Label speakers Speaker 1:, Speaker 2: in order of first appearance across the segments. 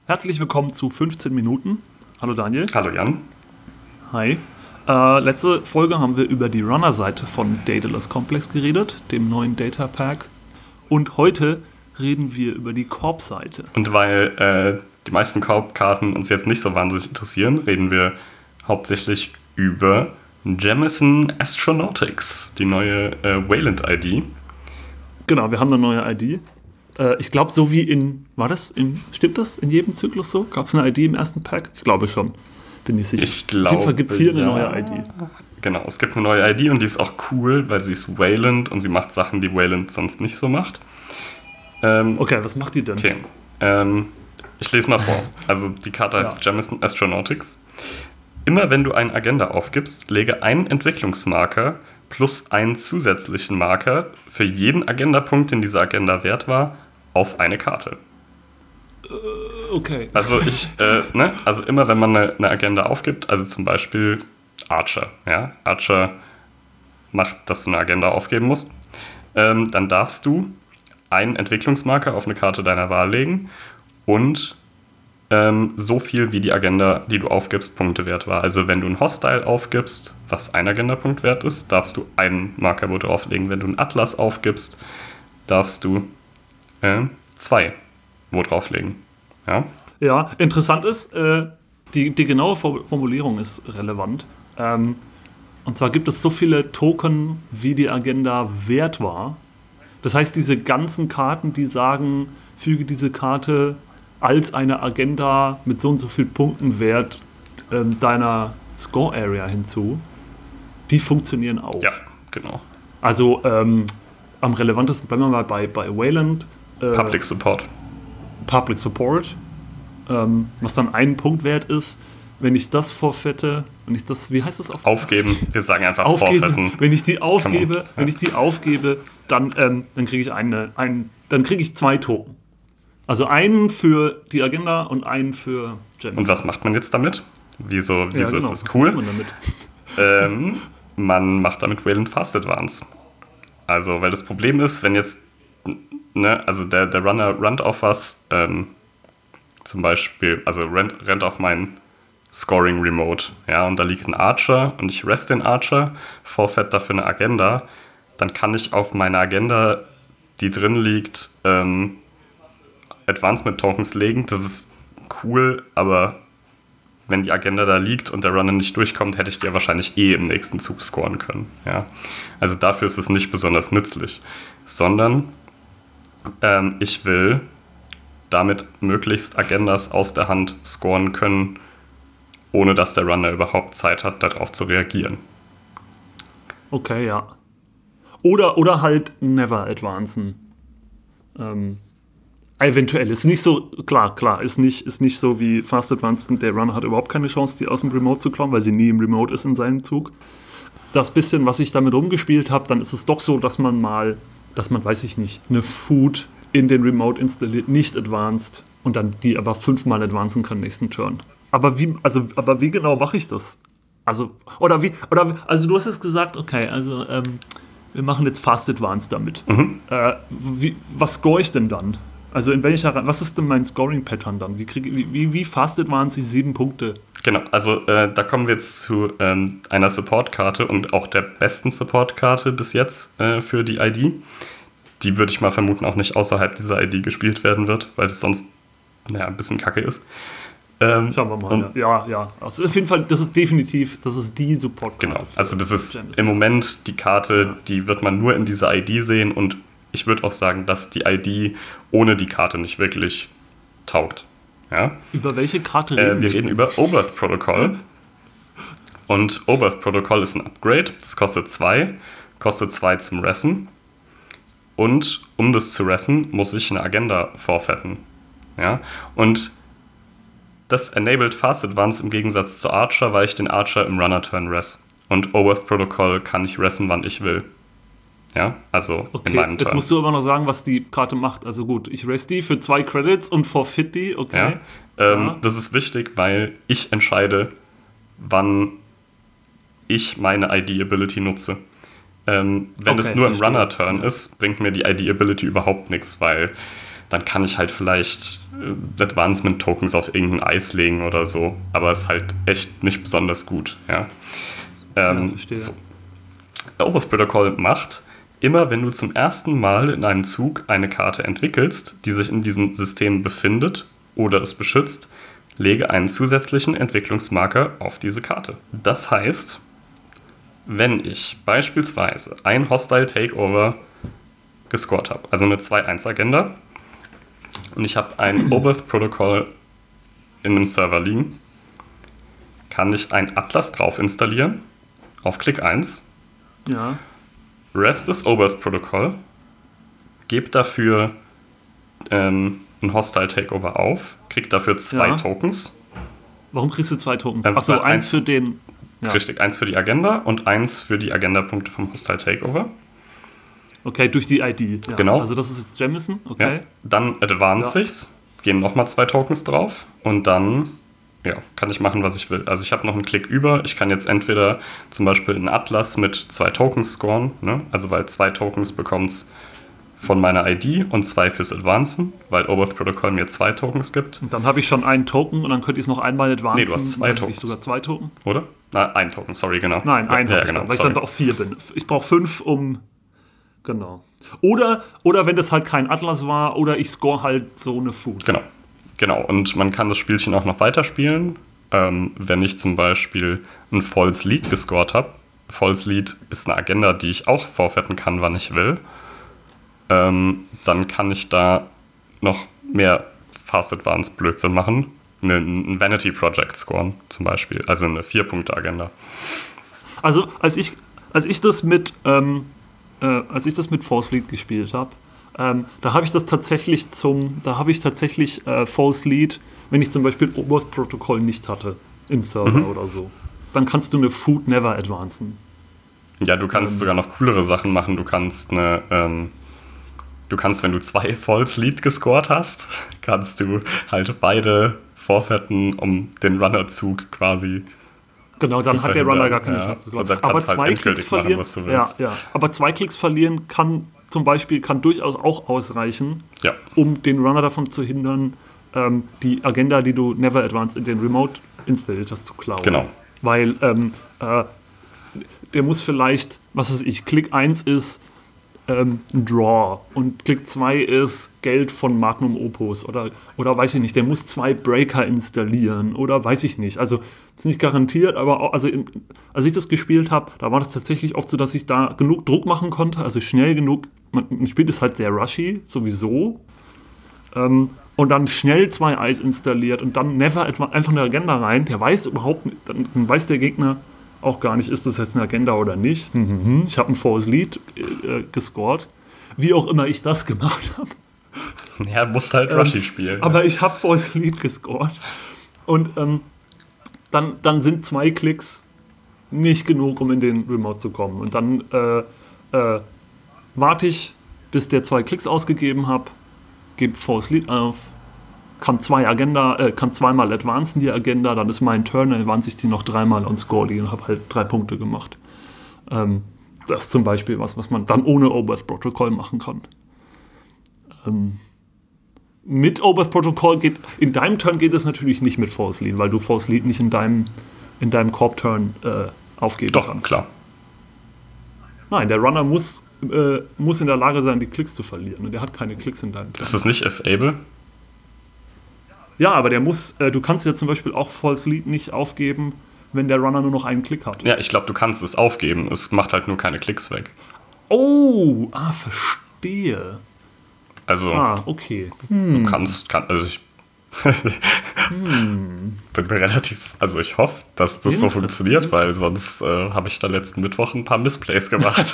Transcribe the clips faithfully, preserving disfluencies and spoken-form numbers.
Speaker 1: Herzlich willkommen zu fünfzehn Minuten. Hallo Daniel.
Speaker 2: Hallo Jan.
Speaker 1: Hi. Äh, letzte Folge haben wir über die Runner-Seite von Daedalus Complex geredet, dem neuen Data Pack. Und heute reden wir über die Korb-Seite.
Speaker 2: Und weil äh, die meisten Korb-Karten uns jetzt nicht so wahnsinnig interessieren, reden wir hauptsächlich über Jameson Astronautics, die neue äh, Wayland-I D.
Speaker 1: Genau, wir haben eine neue I D. Äh, ich glaube, so wie in, war das, in, stimmt das in jedem Zyklus so? Gab es eine I D im ersten Pack? Ich glaube schon, bin ich sicher.
Speaker 2: Ich glaube,
Speaker 1: Auf jeden Fall gibt es hier eine
Speaker 2: ja.
Speaker 1: neue I D.
Speaker 2: Genau, es gibt eine neue I D und die ist auch cool, weil sie ist Wayland und sie macht Sachen, die Wayland sonst nicht so macht. Ähm,
Speaker 1: okay, was macht die denn?
Speaker 2: Okay, ähm, ich lese mal vor. Also die Karte heißt
Speaker 1: Ja.
Speaker 2: Jameson Astronautics. Immer wenn du eine Agenda aufgibst, lege einen Entwicklungsmarker plus einen zusätzlichen Marker für jeden Agendapunkt, den diese Agenda wert war, auf eine Karte.
Speaker 1: Okay.
Speaker 2: Also ich, äh, ne, also immer wenn man eine, eine Agenda aufgibt, also zum Beispiel Archer, ja, Archer macht, dass du eine Agenda aufgeben musst, ähm, dann darfst du einen Entwicklungsmarker auf eine Karte deiner Wahl legen und ähm, so viel wie die Agenda, die du aufgibst, Punkte wert war. Also wenn du ein Hostile aufgibst, was ein Agendapunkt wert ist, darfst du einen Marker wo drauflegen. Wenn du einen Atlas aufgibst, darfst du äh, zwei wo drauflegen. Ja?
Speaker 1: Ja, interessant ist, äh, die, die genaue Formulierung ist relevant. Ähm, und zwar gibt es so viele Token, wie die Agenda wert war. Das heißt, diese ganzen Karten, die sagen, füge diese Karte als eine Agenda mit so und so viel Punkten wert ähm, deiner Score Area hinzu, die funktionieren auch.
Speaker 2: Ja, genau.
Speaker 1: Also ähm, am relevantesten bleiben wir mal bei, bei Wayland. Äh,
Speaker 2: Public Support.
Speaker 1: Public Support, ähm, was dann einen Punkt wert ist, wenn ich das forfette, wenn ich das, wie heißt das auf
Speaker 2: Aufgeben, wir sagen einfach
Speaker 1: aufgebe,
Speaker 2: forfetten.
Speaker 1: wenn ich die aufgebe,
Speaker 2: Ja.
Speaker 1: wenn ich die aufgebe, dann, ähm, dann kriege ich eine, ein, dann kriege ich zwei Token. Also einen für die Agenda und einen für Jameson.
Speaker 2: Und was macht man jetzt damit? Wieso,
Speaker 1: ja,
Speaker 2: wieso
Speaker 1: genau,
Speaker 2: ist das
Speaker 1: was
Speaker 2: cool?
Speaker 1: macht man damit?
Speaker 2: Ähm, man macht damit Wayland Fast Advance. Also, weil das Problem ist, wenn jetzt, ne, also der, der Runner rennt auf was, ähm, zum Beispiel, also rennt, rennt auf mein Scoring Remote, ja, und da liegt ein Archer und ich rest den Archer, forfeit dafür eine Agenda, dann kann ich auf meine Agenda, die drin liegt, ähm, Advancement Tokens legen. Das ist cool, aber wenn die Agenda da liegt und der Runner nicht durchkommt, hätte ich die ja wahrscheinlich eh im nächsten Zug scoren können. Ja? Also dafür ist es nicht besonders nützlich, sondern ähm, ich will damit möglichst Agendas aus der Hand scoren können, ohne dass der Runner überhaupt Zeit hat, darauf zu reagieren.
Speaker 1: Okay, ja. Oder, oder halt never advancen. Ähm, eventuell. Ist nicht so, klar, klar, ist nicht, ist nicht so wie Fast Advanced. Der Runner hat überhaupt keine Chance, die aus dem Remote zu klauen, weil sie nie im Remote ist in seinem Zug. Das bisschen, was ich damit rumgespielt habe, dann ist es doch so, dass man mal, dass man, weiß ich nicht, eine Food in den Remote installiert, nicht advanced und dann die aber fünfmal advancen kann nächsten Turn. Aber wie, also, aber wie genau mache ich das? Also, oder wie, oder, also du hast es gesagt, okay, also, ähm, wir machen jetzt Fast Advanced damit.
Speaker 2: Mhm.
Speaker 1: Äh, wie, was score ich denn dann? Also in welcher, was ist denn mein Scoring-Pattern dann? Wie, krieg, wie, wie Fast Advance ich sieben Punkte?
Speaker 2: Genau, also äh, da kommen wir jetzt zu ähm, einer Support-Karte und auch der besten Support-Karte bis jetzt äh, für die I D. Die würde ich mal vermuten auch nicht außerhalb dieser I D gespielt werden wird, weil das sonst naja, ein bisschen kacke ist. Ähm,
Speaker 1: Schauen wir mal. Ja, ja. ja. Also auf jeden Fall, das ist definitiv, das ist die Support-Karte.
Speaker 2: Genau, also das ist
Speaker 1: Jameson.
Speaker 2: im Moment die Karte,
Speaker 1: Ja.
Speaker 2: die wird man nur in dieser I D sehen und ich würde auch sagen, dass die I D ohne die Karte nicht wirklich taugt. Ja?
Speaker 1: Über welche Karte
Speaker 2: Äh,
Speaker 1: reden
Speaker 2: wir reden über Oberth Protocol. Und Oberth Protocol ist ein Upgrade. Das kostet zwei. Kostet zwei zum Ressen. Und um das zu ressen, muss ich eine Agenda forfetten. Ja? Und das enabled Fast Advance im Gegensatz zu Archer, weil ich den Archer im Runner-Turn res. Und Oberth Protocol kann ich ressen, wann ich will. Ja, also
Speaker 1: Okay,
Speaker 2: in meinem
Speaker 1: jetzt
Speaker 2: Turn.
Speaker 1: musst du aber noch sagen, was die Karte macht. Also gut, ich rest die für zwei Credits und forfeit die, okay.
Speaker 2: Ja, ähm,
Speaker 1: Ja.
Speaker 2: Das ist wichtig, weil ich entscheide, wann ich meine I D-Ability nutze. Ähm, wenn
Speaker 1: Okay,
Speaker 2: es nur im
Speaker 1: verstehe.
Speaker 2: Runner-Turn
Speaker 1: Ja.
Speaker 2: ist, bringt mir die I D-Ability überhaupt nichts, weil dann kann ich halt vielleicht äh, Advancement-Tokens auf irgendein Eis legen oder so. Aber es ist halt echt nicht besonders gut. Ja, ähm,
Speaker 1: ja verstehe. So.
Speaker 2: Oboth Protocol macht, immer wenn du zum ersten Mal in einem Zug eine Karte entwickelst, die sich in diesem System befindet oder es beschützt, lege einen zusätzlichen Entwicklungsmarker auf diese Karte. Das heißt, wenn ich beispielsweise ein Hostile Takeover gescored habe, also eine zwei eins Agenda, und ich habe ein Oboth Protocol in einem Server liegen, kann ich ein Atlas drauf installieren, auf Klick eins.
Speaker 1: Ja.
Speaker 2: Rest des Oboth Protocol, gebe dafür ähm, ein Hostile Takeover auf, krieg dafür zwei ja. Tokens.
Speaker 1: Warum kriegst du zwei Tokens?
Speaker 2: Ähm,
Speaker 1: Achso, eins, eins für den...
Speaker 2: Ja. Richtig, eins für die Agenda und eins für die Agenda-Punkte vom Hostile Takeover.
Speaker 1: Okay, durch die I D. Ja.
Speaker 2: Genau.
Speaker 1: Also das ist jetzt Jamison, okay.
Speaker 2: Ja. Dann advance ja. ich's, gehen nochmal zwei Tokens drauf und dann ja, kann ich machen, was ich will. Also ich habe noch einen Klick über. Ich kann jetzt entweder zum Beispiel einen Atlas mit zwei Tokens scoren, ne? Also weil zwei Tokens bekommt's von meiner I D und zwei fürs Advancen, weil Oboth Protocol mir zwei Tokens gibt.
Speaker 1: Und dann habe ich schon einen Token und dann könnte ich es noch einmal advancen.
Speaker 2: Nee, du hast zwei Tokens.
Speaker 1: Ich sogar zwei Token.
Speaker 2: Oder? Nein, ein Token, sorry, genau.
Speaker 1: Nein, einen
Speaker 2: ja,
Speaker 1: habe
Speaker 2: ja,
Speaker 1: ich
Speaker 2: genau,
Speaker 1: dann, weil
Speaker 2: sorry.
Speaker 1: ich dann auf vier bin. Ich brauche fünf, um... Genau. Oder, oder wenn das halt kein Atlas war, oder ich score halt so eine Food.
Speaker 2: Genau. Genau, und man kann das Spielchen auch noch weiterspielen. Ähm, wenn ich zum Beispiel ein False Lead gescored habe. False Lead ist eine Agenda, die ich auch forfetten kann, wann ich will. Ähm, dann kann ich da noch mehr Fast Advance Blödsinn machen. Ein Vanity Project scoren zum Beispiel. Also eine vier-Punkte-Agenda.
Speaker 1: Also als ich, als ich das mit ähm, äh, als ich das mit False Lead gespielt habe, ähm, da habe ich das tatsächlich zum, da habe ich tatsächlich äh, False Lead, wenn ich zum Beispiel Oboth Protocol nicht hatte im Server mhm. oder so, dann kannst du eine Food never advancen.
Speaker 2: Ja, du kannst ähm, sogar noch coolere Sachen machen. Du kannst eine ähm, Du kannst, wenn du zwei False Lead gescored hast, kannst du halt beide forfetten, um den Runner-Zug quasi
Speaker 1: Genau, dann
Speaker 2: zu
Speaker 1: hat der
Speaker 2: verhindern.
Speaker 1: Runner gar keine
Speaker 2: ja.
Speaker 1: Chance zu scoren.
Speaker 2: Aber
Speaker 1: Aber
Speaker 2: zwei
Speaker 1: zwei Klicks verlieren,
Speaker 2: machen,
Speaker 1: ja, ja. Aber zwei Klicks verlieren kann zum Beispiel kann durchaus auch ausreichen,
Speaker 2: ja.
Speaker 1: um den Runner davon zu hindern, ähm, die Agenda, die du never advanced in den Remote installiert hast, zu klauen.
Speaker 2: Genau.
Speaker 1: Weil ähm, äh, der muss vielleicht, was weiß ich, Klick eins ist ähm, ein Draw und Klick zwei ist Geld von Magnum Opus oder, oder weiß ich nicht, der muss zwei Breaker installieren oder weiß ich nicht. Also ist nicht garantiert, aber auch, also in, als ich das gespielt habe, da war das tatsächlich oft so, dass ich da genug Druck machen konnte, also schnell genug. Man, man spielt es halt sehr rushy, sowieso. Ähm, und dann schnell zwei Eis installiert und dann never etwa einfach eine Agenda rein. Der weiß überhaupt nicht, dann weiß der Gegner auch gar nicht, ist das jetzt eine Agenda oder nicht. Mhm. Ich habe ein False Lead äh, gescored. Wie auch immer ich das gemacht habe.
Speaker 2: Ja, du musst halt ähm, Rushy spielen.
Speaker 1: Aber ja. Ich habe False Lead gescored. Und ähm, dann, dann sind zwei Klicks nicht genug, um in den Remote zu kommen. Und dann äh, äh, warte ich, bis der zwei Klicks ausgegeben hat, gebe False Lead auf, kann zwei Agenda, äh, kann zweimal advancen die Agenda, dann ist mein Turn, dann advance ich die noch dreimal und score die und habe halt drei Punkte gemacht. Ähm, das ist zum Beispiel was, was man dann ohne Oboth Protocol machen kann. Ähm, mit Oboth Protocol geht, in deinem Turn geht es natürlich nicht mit False Lead, weil du False Lead nicht in deinem, in deinem Corp-Turn äh, aufgeben
Speaker 2: Doch,
Speaker 1: kannst.
Speaker 2: Klar.
Speaker 1: Nein, der Runner muss, äh, muss in der Lage sein, die Klicks zu verlieren und der hat keine Klicks in deinem Turn.
Speaker 2: Ist das nicht F-Able?
Speaker 1: Ja, aber der muss, äh, du kannst ja zum Beispiel auch False Lead nicht aufgeben, wenn der Runner nur noch einen Klick hat.
Speaker 2: Ja, ich glaube, du kannst es aufgeben. Es macht halt nur keine Klicks weg.
Speaker 1: Oh, ah, verstehe.
Speaker 2: Also,
Speaker 1: ah, okay. Hm.
Speaker 2: du kannst, kann, also ich hm. bin mir relativ, also ich hoffe, dass das so funktioniert, weil sonst äh, habe ich da letzten Mittwoch ein paar Missplays gemacht.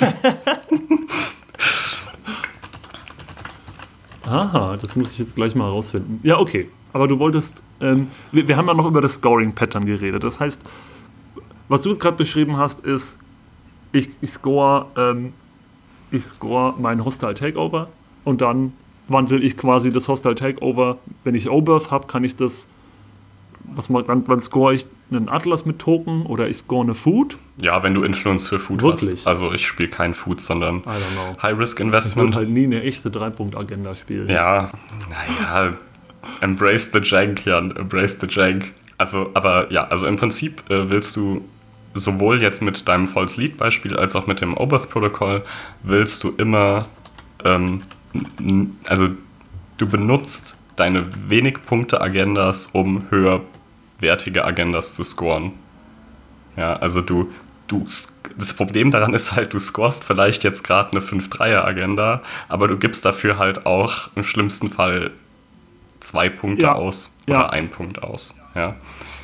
Speaker 1: Aha, das muss ich jetzt gleich mal herausfinden. Ja, okay. Aber du wolltest, ähm, wir, wir haben ja noch über das Scoring-Pattern geredet. Das heißt, was du jetzt gerade beschrieben hast, ist, ich, ich score ähm, ich score mein Hostile Takeover und dann wandle ich quasi das Hostile Takeover, wenn ich Oboth habe, kann ich das was man, dann, dann score ich einen Atlas mit Token oder ich score eine Food.
Speaker 2: Ja, wenn du Influence für Food
Speaker 1: Wirklich?
Speaker 2: hast. Also ich spiele kein Food, sondern
Speaker 1: I don't know. Ich
Speaker 2: High-Risk-Investment.
Speaker 1: würde halt nie eine echte drei-Punkt-Agenda spielen.
Speaker 2: Ja, naja, embrace the jank, Jan, embrace the jank. Also, aber ja, also im Prinzip äh, willst du sowohl jetzt mit deinem False Lead-Beispiel als auch mit dem Oberth-Protokoll willst du immer, ähm, n- also du benutzt deine wenig Punkte-Agendas, um höherwertige Agendas zu scoren. Ja, also du, du, das Problem daran ist halt, du scorest vielleicht jetzt gerade eine fünf Dreier Agenda, aber du gibst dafür halt auch im schlimmsten Fall zwei Punkte
Speaker 1: Ja.
Speaker 2: aus oder
Speaker 1: Ja.
Speaker 2: ein Punkt aus. Ja.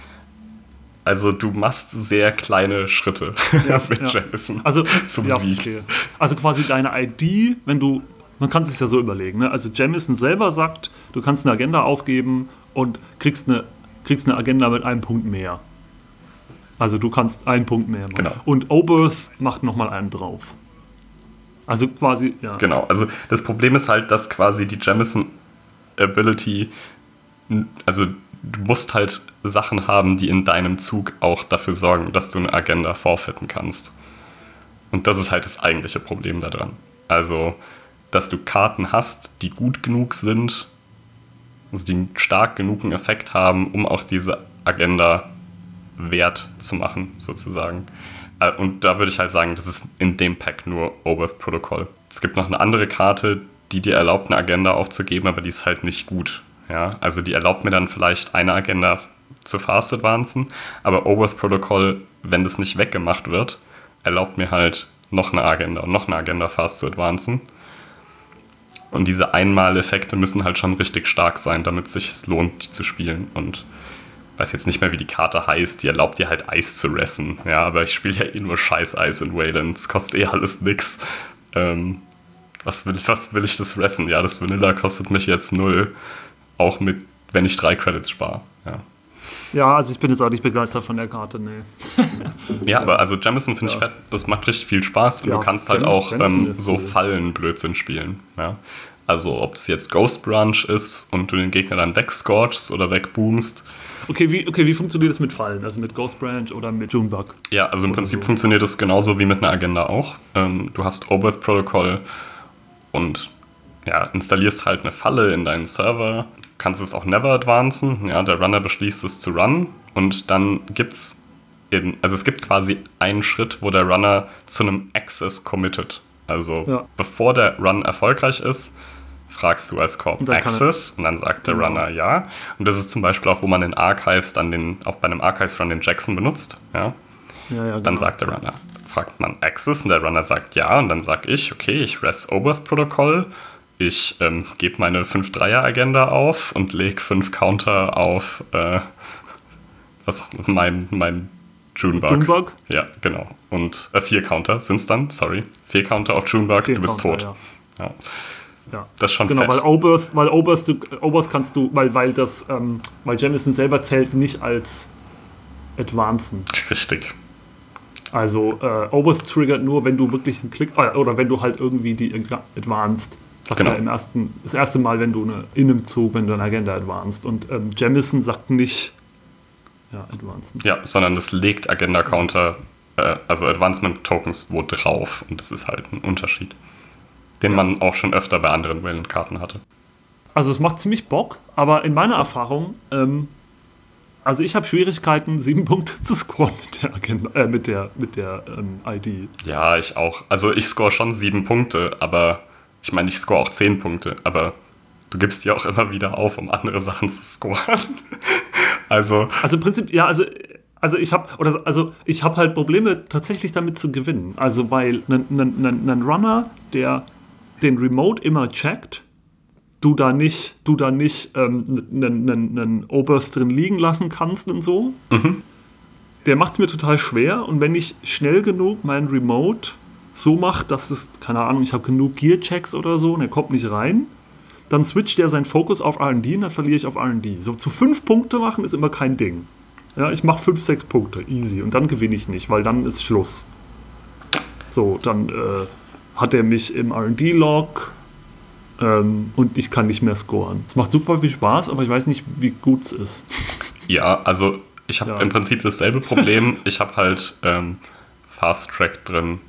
Speaker 2: Also du machst sehr kleine Schritte
Speaker 1: Ja,
Speaker 2: mit
Speaker 1: ja.
Speaker 2: Jefferson
Speaker 1: Also,
Speaker 2: zum
Speaker 1: ja,
Speaker 2: Sieg.
Speaker 1: verstehe. Also quasi deine I D, wenn du, man kann es sich ja so überlegen, ne? Also Jamison selber sagt, du kannst eine Agenda aufgeben und kriegst eine, kriegst eine Agenda mit einem Punkt mehr. Also du kannst einen Punkt mehr machen.
Speaker 2: Genau.
Speaker 1: Und Oberth macht nochmal einen drauf. Also quasi, ja.
Speaker 2: Genau, also das Problem ist halt, dass quasi die Jamison Ability, n- also du musst halt Sachen haben, die in deinem Zug auch dafür sorgen, dass du eine Agenda forfeiten kannst. Und das ist halt das eigentliche Problem daran. Also, dass du Karten hast, die gut genug sind, also die einen stark genugen Effekt haben, um auch diese Agenda wert zu machen, sozusagen. Äh, Und da würde ich halt sagen, das ist in dem Pack nur Oberth Protokoll. Es gibt noch eine andere Karte, die dir erlaubt, eine Agenda aufzugeben, aber die ist halt nicht gut. Ja? Also die erlaubt mir dann vielleicht eine Agenda zu Fast Advancen, aber Oberth Protokoll, wenn das nicht weggemacht wird, erlaubt mir halt noch eine Agenda und noch eine Agenda Fast zu advancen. Und diese Einmaleffekte müssen halt schon richtig stark sein, damit es sich lohnt, die zu spielen. Und ich weiß jetzt nicht mehr, wie die Karte heißt, die erlaubt dir halt Eis zu ressen. Ja, aber ich spiele ja eh nur Scheiß-Eis in Wayland. Es kostet eh alles nix. Ähm, was, will ich, was will ich das ressen? Ja, das Vanilla kostet mich jetzt null. Auch mit, wenn ich drei Credits spare. Ja.
Speaker 1: Ja, also ich bin jetzt auch nicht begeistert von der Karte, nee.
Speaker 2: Ja, aber also Jamison finde ich
Speaker 1: Ja.
Speaker 2: fett, das macht richtig viel Spaß und
Speaker 1: Ja,
Speaker 2: du kannst halt
Speaker 1: Jam-
Speaker 2: auch
Speaker 1: Jamison
Speaker 2: ähm,
Speaker 1: ist
Speaker 2: so
Speaker 1: cool.
Speaker 2: Fallen-Blödsinn spielen. Ja? Also ob das jetzt Ghost Branch ist und du den Gegner dann wegscorchst oder wegboomst.
Speaker 1: Okay, wie, okay, wie funktioniert das mit Fallen? Also mit Ghost Branch oder mit Junebug?
Speaker 2: Ja, also im
Speaker 1: Oder
Speaker 2: Prinzip
Speaker 1: so.
Speaker 2: funktioniert es genauso wie mit einer Agenda auch. Ähm, du hast Oberth Protocol und ja, installierst halt eine Falle in deinen Server, kannst es auch never advancen. Ja, der Runner beschließt es zu run und dann gibt's eben, also es gibt quasi einen Schritt, wo der Runner zu einem Access committet. Also
Speaker 1: Ja.
Speaker 2: bevor der Run erfolgreich ist, fragst du als Corp
Speaker 1: Und dann kann er-
Speaker 2: Access und dann sagt der
Speaker 1: Genau.
Speaker 2: Runner ja. Und das ist zum Beispiel auch, wo man in Archives dann den, auch bei einem Archives-Run den Jackson benutzt. Ja.
Speaker 1: Ja, ja,
Speaker 2: Dann
Speaker 1: genau.
Speaker 2: sagt der Runner, fragt man Access und der Runner sagt ja und dann sag ich, okay, ich res Oberth Protokoll, ich ähm, gebe meine fünf Dreier Agenda auf und lege fünf Counter auf äh, was mein, mein Junebug.
Speaker 1: Junebug?
Speaker 2: Ja, genau. Und äh, vier Counter sind es dann, sorry. Vier Counter auf Junebug,
Speaker 1: Vier
Speaker 2: du bist
Speaker 1: Counter,
Speaker 2: tot.
Speaker 1: ja.
Speaker 2: Ja.
Speaker 1: Ja.
Speaker 2: Das ist schon
Speaker 1: Genau,
Speaker 2: fett.
Speaker 1: weil Oberth, weil Oberth, du, Oberth kannst du, weil, weil das, ähm, weil Jamison selber zählt nicht als Advancen.
Speaker 2: Richtig.
Speaker 1: Also äh, Oberth triggert nur, wenn du wirklich einen Klick, äh, oder wenn du halt irgendwie die ja, advanced. Sagt
Speaker 2: Genau.
Speaker 1: er im ersten, das erste Mal, wenn du eine, in einem Zug, wenn du eine Agenda advanced. Und ähm, Jamison sagt nicht, ja, advancen.
Speaker 2: Ja, sondern es legt Agenda-Counter, äh, also Advancement-Tokens, wo drauf. Und das ist halt ein Unterschied, den man auch schon öfter bei anderen Wayland-Karten hatte.
Speaker 1: Also es macht ziemlich Bock, aber in meiner Erfahrung, ähm, also ich habe Schwierigkeiten, sieben Punkte zu scoren mit der Agenda, äh, mit der, mit der ähm, I D.
Speaker 2: Ja, ich auch. Also ich score schon sieben Punkte, aber ich meine, ich score auch zehn Punkte, aber du gibst die auch immer wieder auf, um andere Sachen zu scoren. Also,
Speaker 1: Also im Prinzip, ja, also, also ich habe oder also ich habe halt Probleme tatsächlich damit zu gewinnen. Also weil ein Runner, der den Remote immer checkt, du da nicht, du da nicht einen Oberth drin liegen lassen kannst und so,
Speaker 2: mhm.
Speaker 1: der macht es mir total schwer. Und wenn ich schnell genug meinen Remote so mache, dass es, keine Ahnung, ich habe genug Gear-Checks oder so und er kommt nicht rein, dann switcht er seinen Fokus auf R and D und dann verliere ich auf R and D. So zu fünf Punkte machen ist immer kein Ding. Ja, ich mache fünf, sechs Punkte, easy. Und dann gewinne ich nicht, weil dann ist Schluss. So, dann äh, hat er mich im R and D-Log ähm, und ich kann nicht mehr scoren. Es macht super viel Spaß, aber ich weiß nicht, wie gut es ist.
Speaker 2: Ja, also ich habe
Speaker 1: Ja.
Speaker 2: im Prinzip dasselbe Problem. Ich habe halt ähm, Fast Track drin.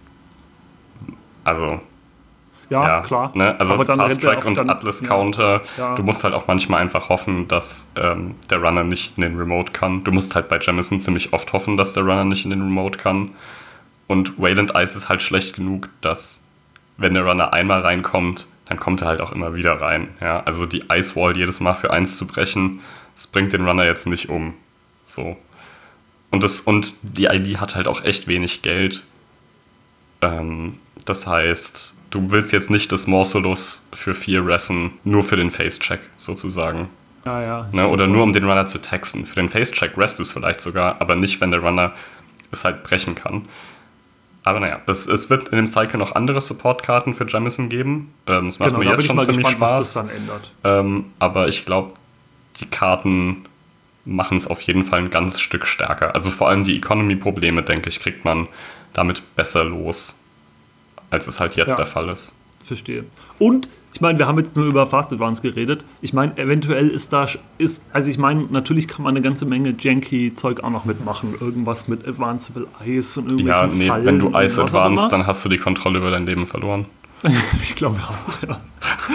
Speaker 2: Also,
Speaker 1: Ja,
Speaker 2: ja,
Speaker 1: klar.
Speaker 2: Ne? Also
Speaker 1: Aber dann
Speaker 2: Fast
Speaker 1: rennt er
Speaker 2: Track
Speaker 1: auf
Speaker 2: und
Speaker 1: dann-
Speaker 2: Atlas
Speaker 1: ja.
Speaker 2: Counter.
Speaker 1: Ja.
Speaker 2: Du musst halt auch manchmal einfach hoffen, dass ähm, der Runner nicht in den Remote kann. Du musst halt bei Jamison ziemlich oft hoffen, dass der Runner nicht in den Remote kann. Und Wayland Ice ist halt schlecht genug, dass, wenn der Runner einmal reinkommt, dann kommt er halt auch immer wieder rein. Ja? Also die Ice Wall jedes Mal für eins zu brechen, das bringt den Runner jetzt nicht um. So. Und, das, und die I D hat halt auch echt wenig Geld. Ähm, das heißt, du willst jetzt nicht das Morsolus für vier ressen, nur für den Face-Check sozusagen.
Speaker 1: Ja, ja.
Speaker 2: Ne? Oder nur um den Runner zu taxen. Für den Face-Check rest es vielleicht sogar, aber nicht, wenn der Runner es halt brechen kann. Aber naja, es, es wird in dem Cycle noch andere Support-Karten für Jamison geben. Ähm, es macht
Speaker 1: Genau,
Speaker 2: mir
Speaker 1: da bin
Speaker 2: jetzt
Speaker 1: ich
Speaker 2: schon
Speaker 1: mal
Speaker 2: ziemlich
Speaker 1: gespannt, was
Speaker 2: Spaß.
Speaker 1: das dann ändert.
Speaker 2: Ähm, aber ich glaube, die Karten machen es auf jeden Fall ein ganzes Stück stärker. Also vor allem die Economy-Probleme, denke ich, kriegt man damit besser los, als es halt jetzt
Speaker 1: Ja.
Speaker 2: der Fall ist.
Speaker 1: Verstehe. Und, ich meine, wir haben jetzt nur über Fast Advance geredet. Ich meine, eventuell ist da, ist, also ich meine, natürlich kann man eine ganze Menge Janky-Zeug auch noch mitmachen. Irgendwas mit Advanceable Ice und irgendwelchen
Speaker 2: Ja, nee,
Speaker 1: Fallen
Speaker 2: wenn du
Speaker 1: und
Speaker 2: Ice
Speaker 1: was auch
Speaker 2: advanced,
Speaker 1: immer.
Speaker 2: dann hast du die Kontrolle über dein Leben verloren.
Speaker 1: Ich glaube auch, ja.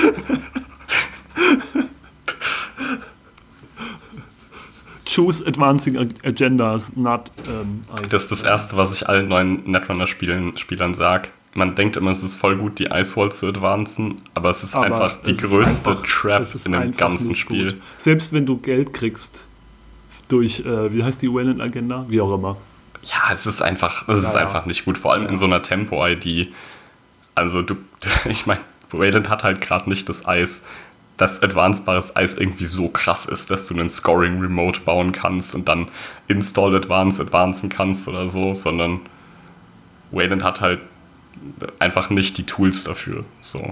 Speaker 1: Choose advancing ag- agendas, not um, Ice.
Speaker 2: Das ist das Erste, was ich allen neuen Netrunner-Spielern sage. Man denkt immer, es ist voll gut, die Ice Wall zu advancen, aber es ist
Speaker 1: Aber
Speaker 2: einfach die
Speaker 1: es ist
Speaker 2: größte
Speaker 1: einfach-
Speaker 2: Trap
Speaker 1: es ist
Speaker 2: in dem
Speaker 1: einfach
Speaker 2: ganzen
Speaker 1: nicht
Speaker 2: Spiel.
Speaker 1: gut. Selbst wenn du Geld kriegst durch, äh, wie heißt die Wayland-Agenda? Wie auch immer.
Speaker 2: Ja, es ist einfach, es ist
Speaker 1: Ja, ja.
Speaker 2: einfach nicht gut. Vor allem in so einer Tempo-I D. Also du, ich meine, Wayland hat halt gerade nicht das Eis, dass advancebares Eis irgendwie so krass ist, dass du einen Scoring-Remote bauen kannst und dann Install Advance advancen kannst oder so, sondern Wayland hat halt einfach nicht die Tools dafür. So.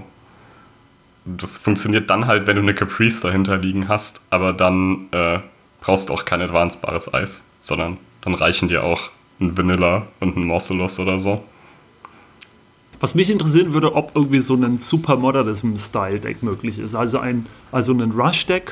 Speaker 2: Das funktioniert dann halt, wenn du eine Caprice dahinter liegen hast, aber dann äh, brauchst du auch kein advancebares Eis, sondern dann reichen dir auch ein Vanilla und ein Morsolus oder so.
Speaker 1: Was mich interessieren würde, ob irgendwie so ein Super Modernism-Style-Deck möglich ist. Also ein, also ein Rush-Deck,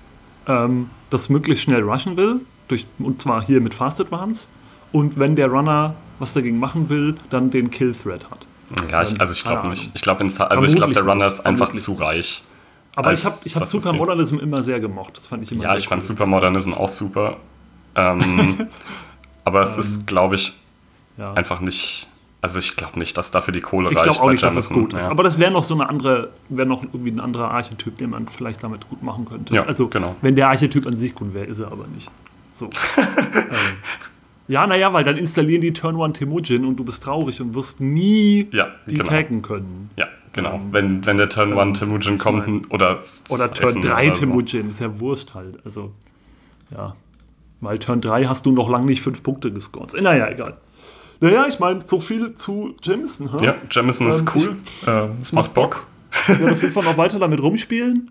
Speaker 1: ähm, das möglichst schnell rushen will, durch, und zwar hier mit Fast Advance. Und wenn der Runner was dagegen machen will, dann den Kill-Threat hat.
Speaker 2: Ja, ich,
Speaker 1: Ähm,
Speaker 2: also ich glaube
Speaker 1: keine
Speaker 2: nicht.
Speaker 1: Ahnung.
Speaker 2: Ich glaube, also ich glaub,
Speaker 1: Vermutlich
Speaker 2: der Runner
Speaker 1: nicht,
Speaker 2: ist einfach
Speaker 1: vermutlich
Speaker 2: zu
Speaker 1: nicht.
Speaker 2: reich.
Speaker 1: Aber
Speaker 2: als
Speaker 1: ich habe ich hab
Speaker 2: dass es
Speaker 1: Super
Speaker 2: geht.
Speaker 1: Modernism immer sehr gemocht. Das fand ich immer
Speaker 2: Ja,
Speaker 1: sehr
Speaker 2: ich fand
Speaker 1: cool.
Speaker 2: Supermodernism auch super. Ähm, aber es ist, glaube ich,
Speaker 1: Ja.
Speaker 2: einfach nicht. Also ich glaube nicht, dass dafür die Kohle
Speaker 1: Ich
Speaker 2: reicht.
Speaker 1: glaube auch
Speaker 2: bei
Speaker 1: nicht, dass es
Speaker 2: Jamison,
Speaker 1: gut ist.
Speaker 2: ja.
Speaker 1: Aber das wäre noch so eine andere, wäre noch irgendwie ein anderer Archetyp, den man vielleicht damit gut machen könnte.
Speaker 2: Ja,
Speaker 1: also
Speaker 2: genau.
Speaker 1: wenn der Archetyp an sich gut wäre, ist er aber nicht. So. ähm. Ja, naja, weil dann installieren die Turn One Temujin und du bist traurig und wirst nie
Speaker 2: Ja,
Speaker 1: die
Speaker 2: genau.
Speaker 1: taggen können.
Speaker 2: Ja, genau.
Speaker 1: Ähm,
Speaker 2: wenn, wenn der Turn one Temujin kommt
Speaker 1: mein-
Speaker 2: oder
Speaker 1: Oder Turn
Speaker 2: Siphon
Speaker 1: drei
Speaker 2: oder so.
Speaker 1: Temujin, ist ja wurscht halt. Also, ja. Weil Turn drei hast du noch lange nicht fünf Punkte gescored. Naja, egal. Naja, ich meine, so viel zu Jamison. Huh?
Speaker 2: Ja, Jamison ist
Speaker 1: Ähm,
Speaker 2: cool. Ähm, es macht Bock.
Speaker 1: Ich werde auf jeden Fall noch weiter damit rumspielen.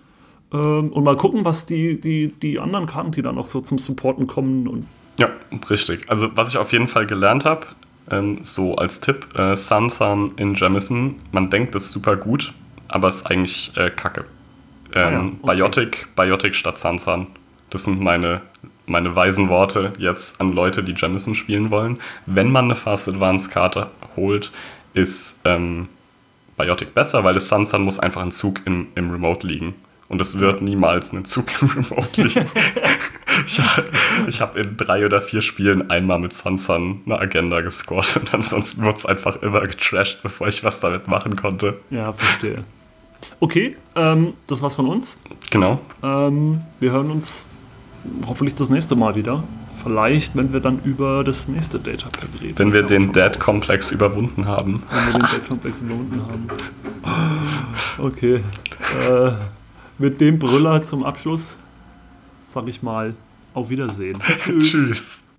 Speaker 1: Ähm, und mal gucken, was die, die, die anderen Karten, die da noch so zum Supporten kommen. Und
Speaker 2: Ja, richtig. Also was ich auf jeden Fall gelernt habe, ähm, so als Tipp, äh, Sansan in Jamison, man denkt, das ist super gut, aber es ist eigentlich äh, Kacke. Ähm,
Speaker 1: Ah ja, okay.
Speaker 2: Biotic, Biotic statt Sansan. Das sind meine, meine weisen Worte jetzt an Leute, die Jamison spielen wollen. Wenn man eine Fast Advance Karte holt, ist ähm, Biotic besser, weil das Sansan muss einfach ein Zug im, im Remote liegen. Und es wird niemals ein Zug im Remote liegen. Ich, ich habe in drei oder vier Spielen einmal mit Sansan eine Agenda gescored und ansonsten wurde es einfach immer getrashed, bevor ich was damit machen konnte.
Speaker 1: ja, verstehe. Okay, ähm, das war's von uns.
Speaker 2: Genau.
Speaker 1: Ähm, wir hören uns hoffentlich das nächste Mal wieder. Vielleicht, wenn wir dann über das nächste Datapack reden.
Speaker 2: Wenn
Speaker 1: das
Speaker 2: wir
Speaker 1: ja auch
Speaker 2: den
Speaker 1: schon
Speaker 2: Dead-Komplex überwunden haben.
Speaker 1: aussetzt. Wenn wir den Dead-Komplex überwunden haben. Okay. Äh, mit dem Brüller zum Abschluss sag ich mal auf Wiedersehen.
Speaker 2: Tschüss.